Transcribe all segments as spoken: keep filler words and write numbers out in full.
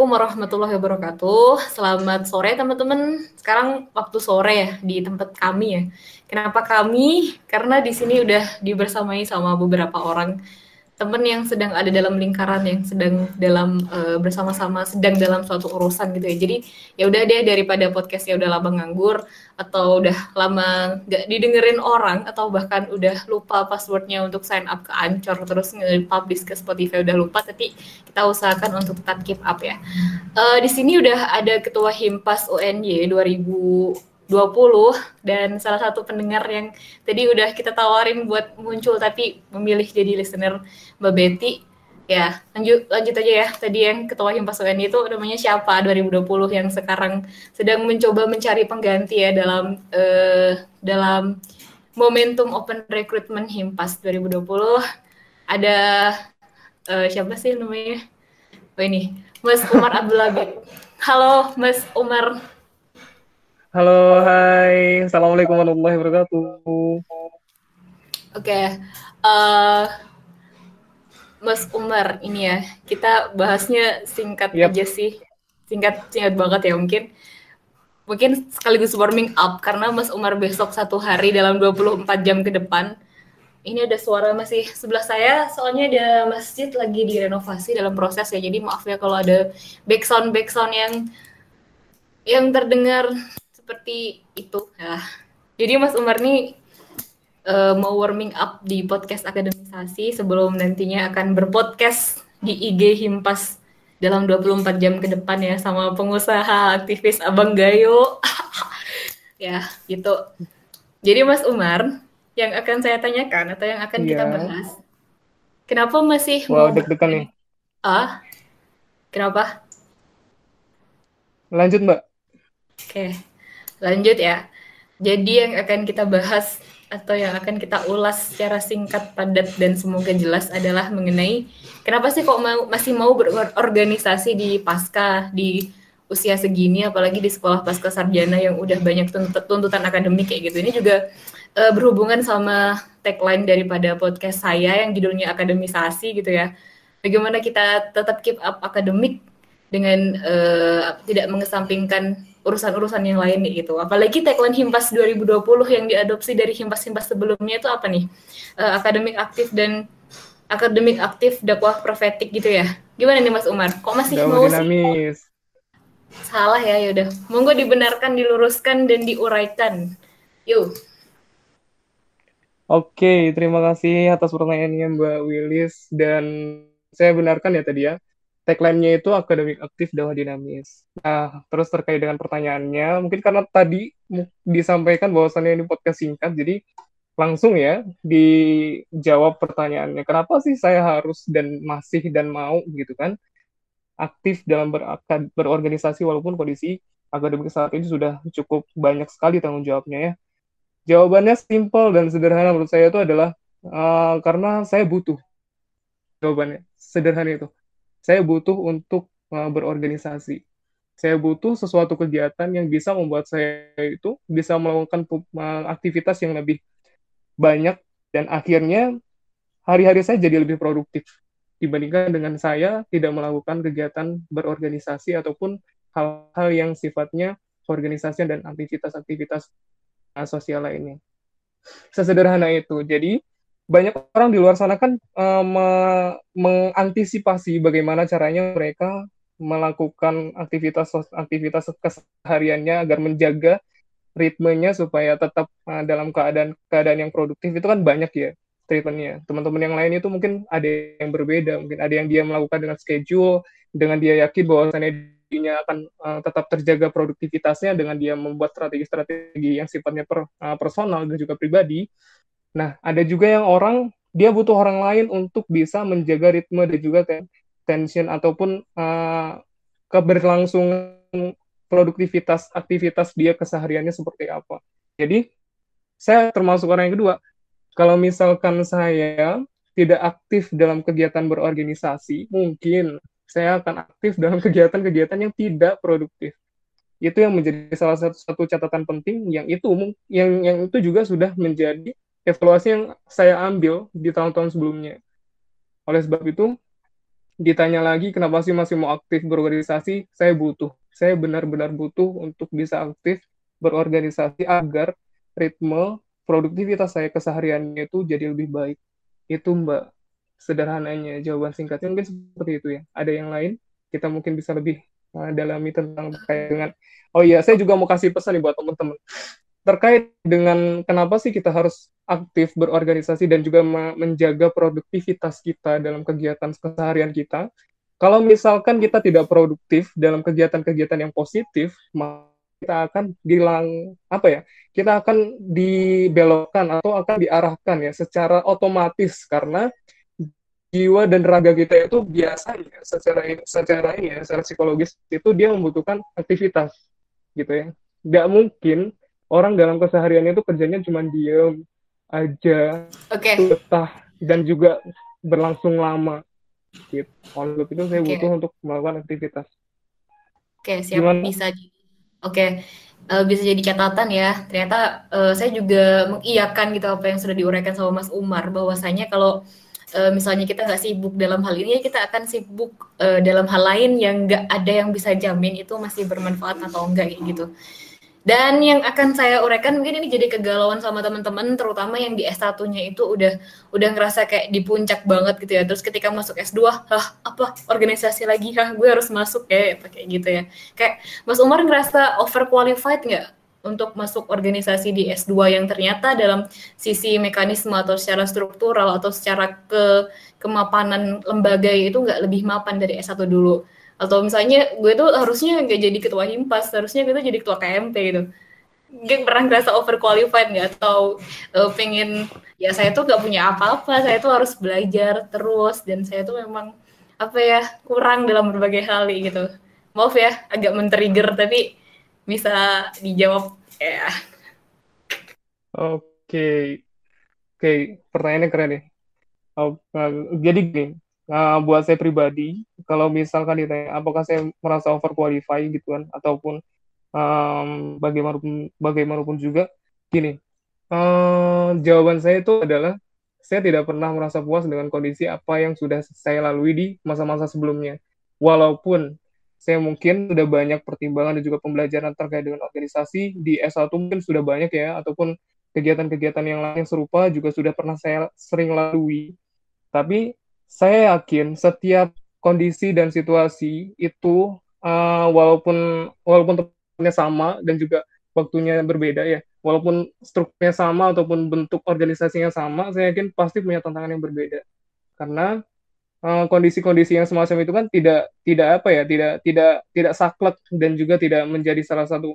Assalamualaikum warahmatullahi wabarakatuh. Selamat sore teman-teman. Sekarang waktu sore ya di tempat kami ya. Kenapa kami? Karena di sini udah dibersamai sama beberapa orang teman yang sedang ada dalam lingkaran yang sedang dalam uh, bersama-sama sedang dalam suatu urusan gitu ya. Jadi ya udah deh daripada podcastnya udah lama nganggur atau udah lama nggak didengerin orang atau bahkan udah lupa passwordnya untuk sign up ke Anchor terus nge-publish ke Spotify udah lupa, tapi kita usahakan untuk tetap keep up ya. Uh, di sini udah ada ketua Himpas U N Y dua ribu dua puluh dan salah satu pendengar yang tadi udah kita tawarin buat muncul tapi memilih jadi listener, Mbak Betty. Ya, lanjut lanjut aja ya. Tadi yang ketua Himpas U N Y itu namanya siapa dua ribu dua puluh yang sekarang sedang mencoba mencari pengganti ya dalam uh, dalam momentum open recruitment Himpas dua ribu dua puluh. Ada uh, siapa sih namanya? Oh ini, Mas Umar Abdul Labib. Halo, Mas Umar. Halo, hai. Assalamualaikum warahmatullahi wabarakatuh. Oke, okay. uh, Mas Umar, ini ya, kita bahasnya singkat Yap. aja sih. Singkat, singkat banget ya mungkin. Mungkin sekaligus warming up, karena Mas Umar besok satu hari dalam dua puluh empat jam ke depan. Ini ada suara masih sebelah saya, soalnya ada masjid lagi direnovasi dalam proses ya. Jadi maaf ya kalau ada backsound-backsound yang yang terdengar seperti itu. Ya. Jadi Mas Umar nih uh, mau warming up di podcast akademisasi sebelum nantinya akan berpodcast di I G Himpas dalam dua puluh empat jam ke depan ya sama pengusaha aktivis Abang Gayo. Ya, gitu. Jadi Mas Umar, yang akan saya tanyakan atau yang akan kita Iya. bahas, kenapa masih Wow, mau deg-degan nih. berorganisasi? Ah, kenapa? Lanjut, Mbak. Oke, lanjut ya. Jadi yang akan kita bahas atau yang akan kita ulas secara singkat, padat, dan semoga jelas adalah mengenai kenapa sih kok mau, masih mau berorganisasi di pasca di usia segini, apalagi di sekolah pasca sarjana yang udah banyak tuntutan akademik kayak gitu. Ini juga uh, berhubungan sama tagline daripada podcast saya yang judulnya akademisasi gitu ya. Bagaimana kita tetap keep up akademik dengan uh, tidak mengesampingkan urusan-urusan yang lain gitu. Apalagi tagline Himpas dua ribu dua puluh yang diadopsi dari Himpas-Himpas sebelumnya itu apa nih? Uh, akademik aktif dan akademik aktif dakwah profetik gitu ya. Gimana nih Mas Umar? Kok masih Dakwah mau sih? dinamis. Salah ya, yaudah. Monggo dibenarkan, diluruskan, dan diuraikan. Yuk. Oke, terima kasih atas pertanyaannya, Mbak Wilis. Dan saya benarkan ya tadi ya, tagline-nya itu akademik aktif dakwah dinamis. Nah, terus terkait dengan pertanyaannya, mungkin karena tadi disampaikan bahwasannya ini podcast singkat, jadi langsung ya dijawab pertanyaannya. Kenapa sih saya harus dan masih dan mau gitu kan? Aktif dalam berakad, berorganisasi walaupun kondisi akademik saat ini sudah cukup banyak sekali tanggung jawabnya ya. Jawabannya simpel dan sederhana menurut saya itu adalah uh, karena saya butuh. Jawabannya sederhana itu. Saya butuh untuk uh, berorganisasi. Saya butuh sesuatu kegiatan yang bisa membuat saya itu bisa melakukan uh, aktivitas yang lebih banyak dan akhirnya hari-hari saya jadi lebih produktif dibandingkan dengan saya tidak melakukan kegiatan berorganisasi ataupun hal-hal yang sifatnya organisasi dan aktivitas-aktivitas uh, sosial lainnya. Sesederhana itu. Jadi banyak orang di luar sana kan uh, me- mengantisipasi bagaimana caranya mereka melakukan aktivitas aktivitas kesehariannya agar menjaga ritmenya supaya tetap uh, dalam keadaan keadaan yang produktif itu kan banyak ya treatmentnya. Teman-teman yang lain itu mungkin ada yang berbeda, mungkin ada yang dia melakukan dengan schedule, dengan dia yakin bahwasannya dirinya akan uh, tetap terjaga produktivitasnya dengan dia membuat strategi-strategi yang sifatnya per, uh, personal dan juga pribadi. Nah, ada juga yang orang dia butuh orang lain untuk bisa menjaga ritme dan juga tension ataupun uh, keberlangsungan produktivitas aktivitas dia kesehariannya seperti apa. Jadi, saya termasuk orang yang kedua. Kalau misalkan saya tidak aktif dalam kegiatan berorganisasi, mungkin saya akan aktif dalam kegiatan-kegiatan yang tidak produktif. Itu yang menjadi salah satu, satu catatan penting yang itu yang yang itu juga sudah menjadi evaluasi yang saya ambil di tahun-tahun sebelumnya. Oleh sebab itu, ditanya lagi kenapa sih masih mau aktif berorganisasi, saya butuh. Saya benar-benar butuh untuk bisa aktif berorganisasi agar ritme produktivitas saya kesehariannya itu jadi lebih baik. Itu Mbak, sederhananya jawaban singkatnya mungkin seperti itu ya. Ada yang lain? Kita mungkin bisa lebih uh, dalami tentang terkait dengan, oh iya, saya juga mau kasih pesan nih buat teman-teman terkait dengan kenapa sih kita harus aktif berorganisasi dan juga menjaga produktivitas kita dalam kegiatan keseharian kita. Kalau misalkan kita tidak produktif dalam kegiatan-kegiatan yang positif, maka kita akan bilang apa ya? Kita akan dibelokkan atau akan diarahkan ya secara otomatis karena jiwa dan raga kita itu biasanya secara secara ini ya, secara psikologis itu dia membutuhkan aktivitas gitu ya. Nggak mungkin orang dalam kesehariannya itu kerjanya cuma diem aja, Oke, betah dan juga berlangsung lama gitu. Oleh sebab itu saya butuh oke, untuk melakukan aktivitas. oke, siap, Gimana? bisa. Oke, eh, bisa jadi catatan ya. Ternyata eh, saya juga mengiyakan gitu apa yang sudah diuraikan sama Mas Umar, bahwasanya kalau eh, misalnya kita nggak sibuk dalam hal ini, ya kita akan sibuk eh, dalam hal lain yang nggak ada yang bisa jamin itu masih bermanfaat atau enggak kayak gitu. Dan yang akan saya uraikan mungkin ini jadi kegalauan sama teman-teman, terutama yang di S satu-nya itu udah udah ngerasa kayak di puncak banget gitu ya. Terus ketika masuk S dua, hah apa organisasi lagi, hah gue harus masuk ya, kayak gitu ya. Kayak Mas Umar ngerasa overqualified nggak untuk masuk organisasi di S dua yang ternyata dalam sisi mekanisme atau secara struktural atau secara ke kemapanan lembaga itu nggak lebih mapan dari S satu dulu. Atau misalnya gue tuh harusnya nggak jadi ketua himpas, harusnya gue tuh jadi ketua K M P gitu. Gue pernah ngerasa overqualified nggak? Atau uh, pengen, ya saya tuh nggak punya apa-apa, saya tuh harus belajar terus, dan saya tuh memang, apa ya, kurang dalam berbagai hal gitu. Maaf ya, agak men-trigger, tapi bisa dijawab ya. Oke, oke, pertanyaannya keren nih. Oh, uh, jadi gini, uh, buat saya pribadi, kalau misalkan ditanya apakah saya merasa overqualified gitu kan, ataupun um, bagaimanapun bagaimanapun juga, gini, uh, jawaban saya itu adalah saya tidak pernah merasa puas dengan kondisi apa yang sudah saya lalui di masa-masa sebelumnya. Walaupun saya mungkin sudah banyak pertimbangan dan juga pembelajaran terkait dengan organisasi di S satu mungkin sudah banyak ya, ataupun kegiatan-kegiatan yang lain yang serupa juga sudah pernah saya sering lalui. Tapi saya yakin setiap kondisi dan situasi itu uh, walaupun walaupun tempatnya sama dan juga waktunya berbeda ya, walaupun strukturnya sama ataupun bentuk organisasinya sama, saya yakin pasti punya tantangan yang berbeda. Karena uh, kondisi-kondisi yang semacam itu kan tidak tidak apa ya, tidak tidak tidak saklek dan juga tidak menjadi salah satu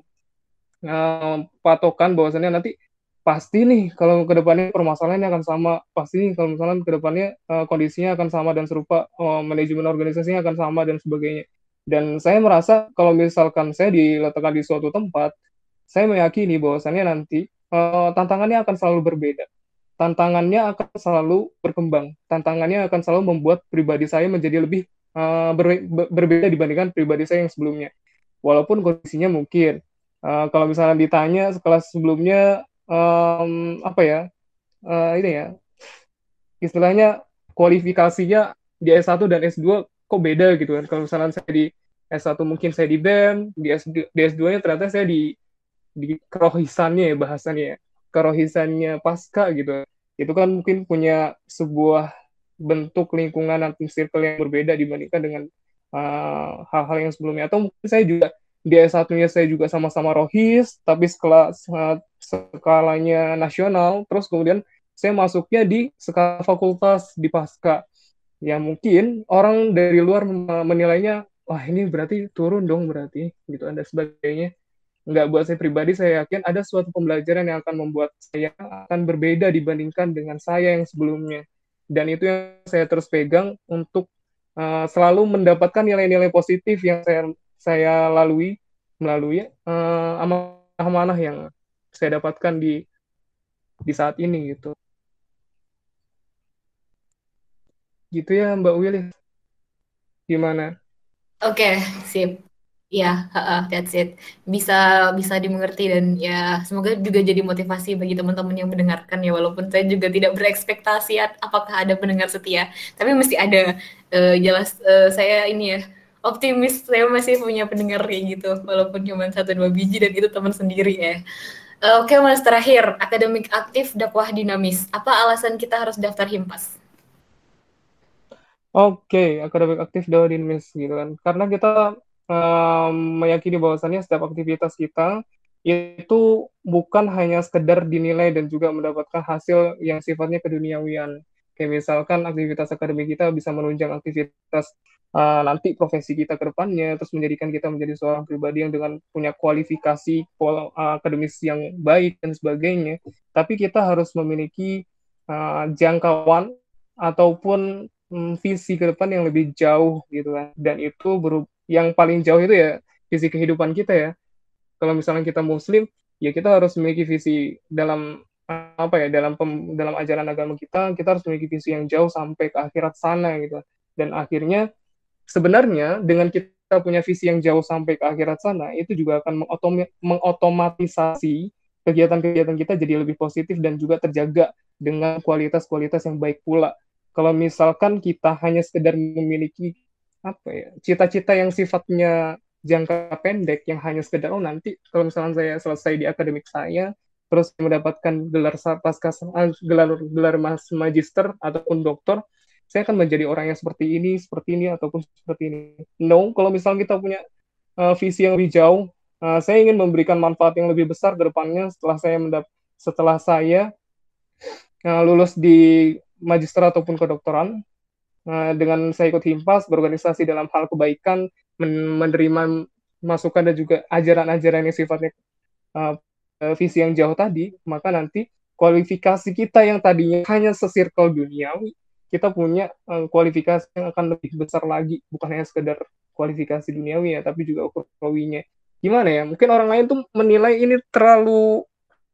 uh, patokan bahwasannya nanti pasti nih kalau ke depannya permasalahannya akan sama, pasti nih kalau misalnya ke depannya uh, kondisinya akan sama dan serupa, uh, manajemen organisasinya akan sama dan sebagainya. Dan saya merasa kalau misalkan saya diletakkan di suatu tempat, saya meyakini bahwasannya nanti uh, tantangannya akan selalu berbeda. Tantangannya akan selalu berkembang. Tantangannya akan selalu membuat pribadi saya menjadi lebih uh, ber- berbeda dibandingkan pribadi saya yang sebelumnya. Walaupun kondisinya mungkin uh, kalau misalnya ditanya sekelas sebelumnya um, apa ya uh, ini ya istilahnya kualifikasinya di S satu dan S dua kok beda gitu kan. Kalau misalnya saya di S satu mungkin saya di B E M, di S dua, di S dua-nya ternyata saya di di kerohisannya ya bahasanya ya. Kerohisannya pasca gitu. Itu kan mungkin punya sebuah bentuk lingkungan atau circle yang berbeda dibandingkan dengan uh, hal-hal yang sebelumnya. Atau mungkin saya juga di S satu-nya saya juga sama-sama rohis, tapi skala, uh, skalanya nasional, terus kemudian saya masuknya di skala fakultas di pasca. Ya mungkin orang dari luar menilainya, wah ini berarti turun dong berarti, gitu dan sebagainya. Nggak, buat saya pribadi, saya yakin ada suatu pembelajaran yang akan membuat saya akan berbeda dibandingkan dengan saya yang sebelumnya. Dan itu yang saya terus pegang untuk uh, selalu mendapatkan nilai-nilai positif yang saya saya lalui melalui uh, amanah-amanah yang saya dapatkan di di saat ini gitu. Gitu ya Mbak Willy. Gimana? Oke, sip. Ya, heeh, that's it. Bisa bisa dimengerti dan ya semoga juga jadi motivasi bagi teman-teman yang mendengarkan ya walaupun saya juga tidak berekspektasi at- apakah ada pendengar setia, tapi mesti ada. Eh, jelas eh, saya ini ya optimis saya masih punya pendengar kayak gitu walaupun cuma satu dua biji dan itu teman sendiri ya. Eh, Oke Mas, terakhir akademik aktif dakwah dinamis. Apa alasan kita harus daftar Himpas? Oke, akademik aktif dakwah dinamis gitu kan. Karena kita em, meyakini bahwasannya setiap aktivitas kita itu bukan hanya sekedar dinilai dan juga mendapatkan hasil yang sifatnya keduniawian. Kayak misalkan aktivitas akademik kita bisa menunjang aktivitas eh, nanti profesi kita ke depannya, terus menjadikan kita menjadi seorang pribadi yang dengan punya kualifikasi pol- eh, akademis yang baik dan sebagainya. Tapi kita harus memiliki eh, jangkauan ataupun mm, visi ke depan yang lebih jauh gitu kan. Dan itu beru- yang paling jauh itu ya visi kehidupan kita ya. Kalau misalnya kita muslim, ya kita harus memiliki visi dalam eh, apa ya, dalam pem- dalam ajaran agama kita, kita harus memiliki visi yang jauh sampai ke akhirat sana gitu. Dan akhirnya sebenarnya dengan kita punya visi yang jauh sampai ke akhirat sana, itu juga akan mengotom- mengotomatisasi kegiatan-kegiatan kita jadi lebih positif dan juga terjaga dengan kualitas-kualitas yang baik pula. Kalau misalkan kita hanya sekedar memiliki apa ya, cita-cita yang sifatnya jangka pendek yang hanya sekedar oh nanti kalau misalnya saya selesai di akademik saya terus mendapatkan gelar pasca gelar gelar mas magister ataupun doktor, saya akan menjadi orang yang seperti ini, seperti ini, ataupun seperti ini. No, kalau misalnya kita punya uh, visi yang lebih jauh, uh, saya ingin memberikan manfaat yang lebih besar ke depannya setelah saya mendap setelah saya uh, lulus di magister ataupun kedokteran, uh, dengan saya ikut himpas, berorganisasi dalam hal kebaikan, men menerima masukan dan juga ajaran-ajaran yang sifatnya uh, visi yang jauh tadi, maka nanti kualifikasi kita yang tadinya hanya sesirkel duniawi, kita punya uh, kualifikasi yang akan lebih besar lagi, bukan hanya sekedar kualifikasi duniawi ya, tapi juga ukrawinya. Gimana ya? Mungkin orang lain tuh menilai ini terlalu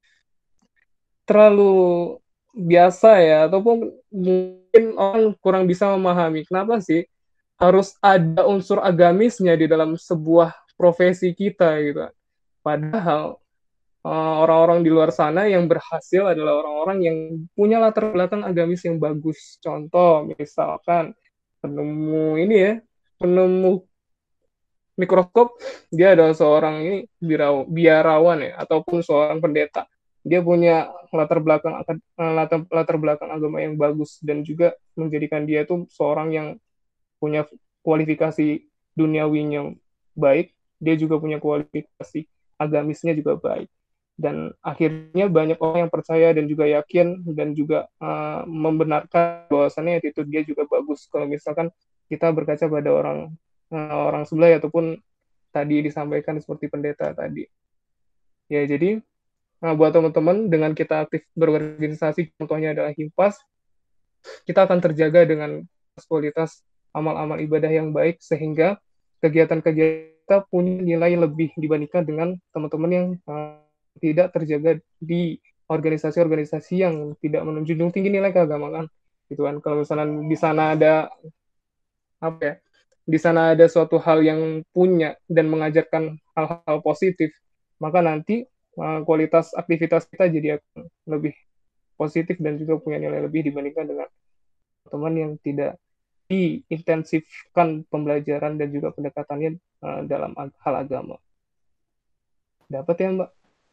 terlalu biasa ya, ataupun mungkin orang kurang bisa memahami kenapa sih harus ada unsur agamisnya di dalam sebuah profesi kita gitu. Padahal uh, orang-orang di luar sana yang berhasil adalah orang-orang yang punya latar belakang agamis yang bagus. Contoh, misalkan penemu ini ya, penemu mikroskop, dia adalah seorang ini biarawan ya, ataupun seorang pendeta. Dia punya latar belakang latar, latar belakang agama yang bagus dan juga menjadikan dia itu seorang yang punya kualifikasi duniawinya baik, dia juga punya kualifikasi agamisnya juga baik. Dan akhirnya banyak orang yang percaya dan juga yakin dan juga uh, membenarkan bahwasannya attitude dia juga bagus. Kalau misalkan kita berkaca pada orang uh, orang sebelah ataupun tadi disampaikan seperti pendeta tadi. Ya, jadi uh, buat teman-teman dengan kita aktif berorganisasi, contohnya adalah Himpas, kita akan terjaga dengan kualitas amal-amal ibadah yang baik sehingga kegiatan-kegiatan kita punya nilai lebih dibandingkan dengan teman-teman yang uh, tidak terjaga di organisasi-organisasi yang tidak menunjukkan tinggi nilai keagamaan gitu kan. Kalau misalnya di sana ada apa ya, di sana ada suatu hal yang punya dan mengajarkan hal-hal positif, maka nanti uh, kualitas aktivitas kita jadi akan lebih positif dan juga punya nilai lebih dibandingkan dengan teman yang tidak diintensifkan pembelajaran dan juga pendekatannya uh, dalam hal agama. Dapat ya, Mbak?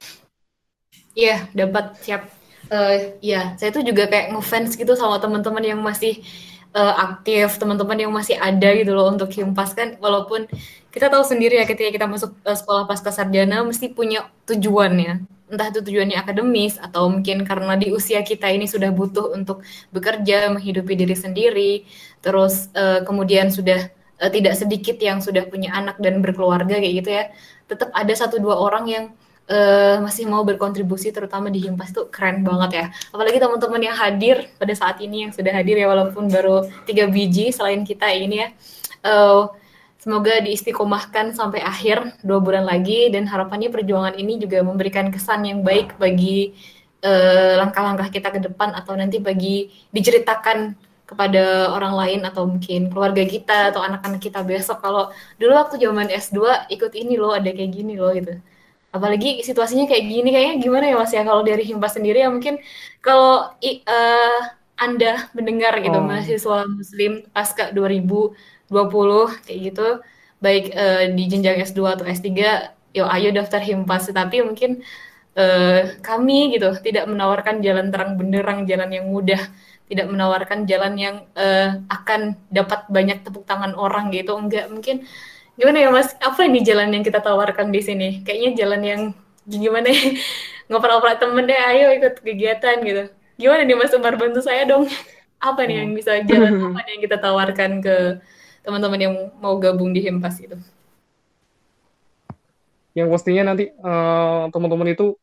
Iya, dapat siap. Eh ya, saya tuh juga kayak ngefans gitu sama teman-teman yang masih eh, aktif, teman-teman yang masih ada gitu loh untuk Himpas kan. Walaupun kita tahu sendiri ya ketika kita masuk eh, sekolah pasca sarjana mesti punya tujuannya. Entah itu tujuannya akademis atau mungkin karena di usia kita ini sudah butuh untuk bekerja, menghidupi diri sendiri. Terus eh, kemudian sudah eh, tidak sedikit yang sudah punya anak dan berkeluarga kayak gitu ya. Tetap ada satu dua orang yang uh, masih mau berkontribusi terutama di Himpas tuh keren banget ya. Apalagi teman-teman yang hadir pada saat ini yang sudah hadir ya walaupun baru tiga biji selain kita ini ya. Uh, semoga diistiqomahkan sampai akhir dua bulan lagi dan harapannya perjuangan ini juga memberikan kesan yang baik bagi uh, langkah-langkah kita ke depan atau nanti bagi diceritakan kepada orang lain atau mungkin keluarga kita atau anak-anak kita besok kalau dulu waktu zaman S dua ikut ini loh ada kayak gini loh gitu. Apalagi situasinya kayak gini kayaknya gimana ya Mas ya kalau dari Himpas sendiri ya mungkin kalau uh, Anda mendengar gitu Oh. mahasiswa muslim pasca dua ribu dua puluh kayak gitu baik uh, di jenjang S dua atau S tiga yo ayo daftar Himpas tapi mungkin uh, kami gitu tidak menawarkan jalan terang benderang jalan yang mudah tidak menawarkan jalan yang uh, akan dapat banyak tepuk tangan orang gitu enggak mungkin gimana ya Mas apa ini jalan yang kita tawarkan di sini kayaknya jalan yang gimana ya ngoper-ngoper temen deh ayo ikut kegiatan gitu gimana nih Mas Umar bantu saya dong apa nih yang bisa jalan apa nih yang kita tawarkan ke teman-teman yang mau gabung di Himpas gitu Yang pastinya nanti uh, teman-teman itu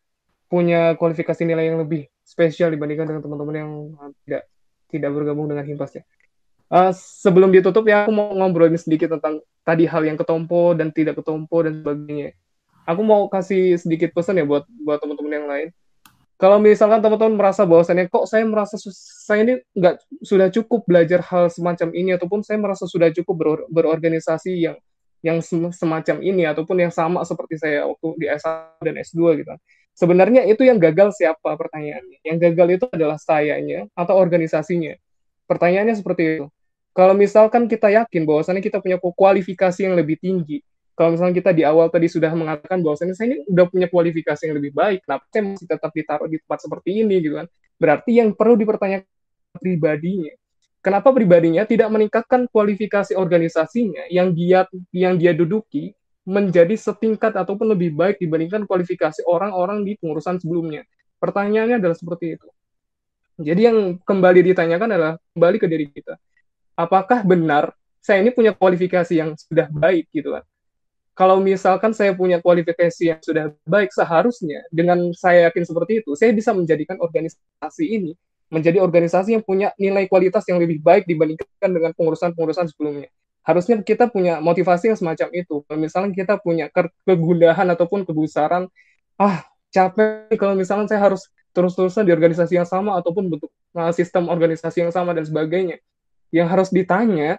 punya kualifikasi nilai yang lebih spesial dibandingkan dengan teman-teman yang uh, tidak tidak bergabung dengan Himpas ya. Uh, sebelum ditutup ya aku mau ngobrolin sedikit tentang tadi hal yang ketompo dan tidak ketompo dan sebagainya. Aku mau kasih sedikit pesan ya buat buat teman-teman yang lain. Kalau misalkan teman-teman merasa bahwasannya kok saya merasa saya ini nggak sudah cukup belajar hal semacam ini ataupun saya merasa sudah cukup ber, berorganisasi yang yang semacam ini ataupun yang sama seperti saya waktu di S satu dan S dua gitu. Sebenarnya itu yang gagal siapa pertanyaannya? Yang gagal itu adalah sayanya atau organisasinya. Pertanyaannya seperti itu. Kalau misalkan kita yakin bahwasannya kita punya kualifikasi yang lebih tinggi, kalau misalnya kita di awal tadi sudah mengatakan bahwasannya saya ini udah punya kualifikasi yang lebih baik, kenapa saya masih tetap ditaruh di tempat seperti ini gitu kan? Berarti yang perlu dipertanyakan pribadinya. Kenapa pribadinya tidak meningkatkan kualifikasi organisasinya yang dia yang dia duduki menjadi setingkat ataupun lebih baik dibandingkan kualifikasi orang-orang di pengurusan sebelumnya? Pertanyaannya adalah seperti itu. Jadi yang kembali ditanyakan adalah kembali ke diri kita. Apakah benar saya ini punya kualifikasi yang sudah baik gitu kan? Kalau misalkan saya punya kualifikasi yang sudah baik, seharusnya dengan saya yakin seperti itu, saya bisa menjadikan organisasi ini menjadi organisasi yang punya nilai kualitas yang lebih baik dibandingkan dengan pengurusan-pengurusan sebelumnya. Harusnya kita punya motivasi yang semacam itu. Kalau misalnya kita punya ke kegundahan ataupun kegusaran, ah capek kalau misalnya saya harus terus-terusan di organisasi yang sama ataupun bentuk uh, sistem organisasi yang sama dan sebagainya. Yang harus ditanya,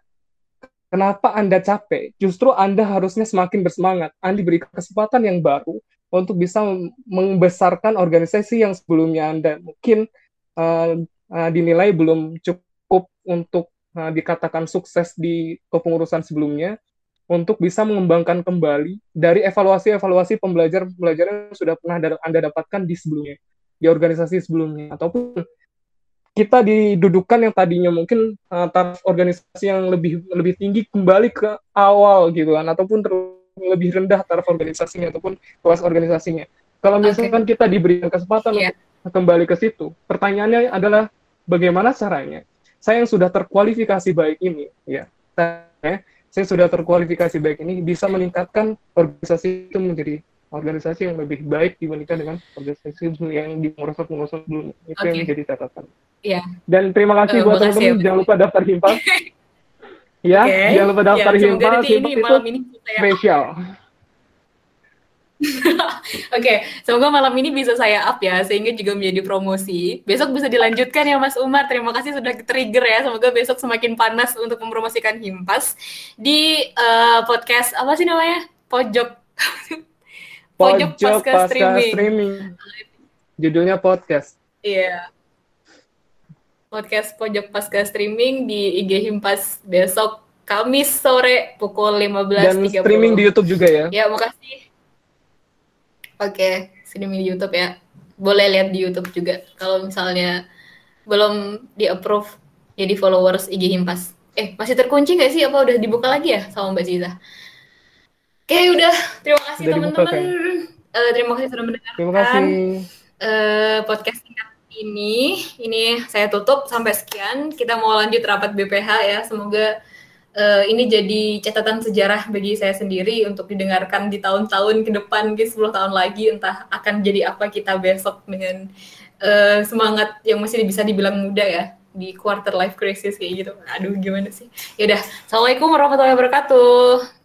kenapa Anda capek? Justru Anda harusnya semakin bersemangat. Anda diberi kesempatan yang baru untuk bisa membesarkan organisasi yang sebelumnya Anda mungkin uh, uh, dinilai belum cukup untuk uh, dikatakan sukses di kepengurusan sebelumnya, untuk bisa mengembangkan kembali dari evaluasi-evaluasi pembelajar-pembelajar yang sudah pernah Anda dapatkan di sebelumnya, di organisasi sebelumnya, ataupun kita didudukan yang tadinya mungkin uh, taraf organisasi yang lebih lebih tinggi kembali ke awal gitu kan, ataupun lebih rendah taraf organisasinya ataupun kelas organisasinya. Kalau misalkan okay. kita diberikan kesempatan yeah. untuk kembali ke situ, pertanyaannya adalah bagaimana caranya saya yang sudah terkualifikasi baik ini, ya, saya, saya sudah terkualifikasi baik ini bisa meningkatkan organisasi itu menjadi organisasi yang lebih baik dibandingkan dengan organisasi yang di pengurusan-pengurusan sebelumnya. Itu okay. yang menjadi catatan. Iya. Dan terima kasih uh, buat teman-teman, jangan lupa daftar Himpas. Ya, okay. jangan lupa daftar ya, Himpas. Himpas itu malam ini spesial. Oke, okay, semoga malam ini bisa saya up ya, sehingga juga menjadi promosi. Besok bisa dilanjutkan ya Mas Umar, terima kasih sudah trigger ya, semoga besok semakin panas untuk mempromosikan Himpas di uh, podcast, apa sih namanya? Pojok. Pojok, Pojok Pasca, Pasca streaming. streaming. Judulnya podcast. Iya. Podcast Pojok Pasca streaming di I G Himpas besok Kamis sore pukul lima belas tiga puluh. Dan streaming di YouTube juga ya. Ya, makasih. Oke, streaming di YouTube ya. Boleh lihat di YouTube juga. Kalau misalnya belum di-approve, ya di followers I G Himpas. Eh, masih terkunci nggak sih? Apa udah dibuka lagi ya sama Mbak Ziza? Oke, udah. Terima kasih udah teman-teman. Dibuka, kan? uh, terima kasih sudah mendengarkan. Terima kasih. Uh, podcast singkat ini. Ini saya tutup sampai sekian. Kita mau lanjut rapat B P H ya. Semoga uh, ini jadi catatan sejarah bagi saya sendiri untuk didengarkan di tahun-tahun ke depan, mungkin sepuluh tahun lagi, entah akan jadi apa kita besok dengan uh, semangat yang masih bisa dibilang muda ya di quarter life crisis kayak gitu. Aduh, gimana sih? Yaudah, assalamualaikum warahmatullahi wabarakatuh.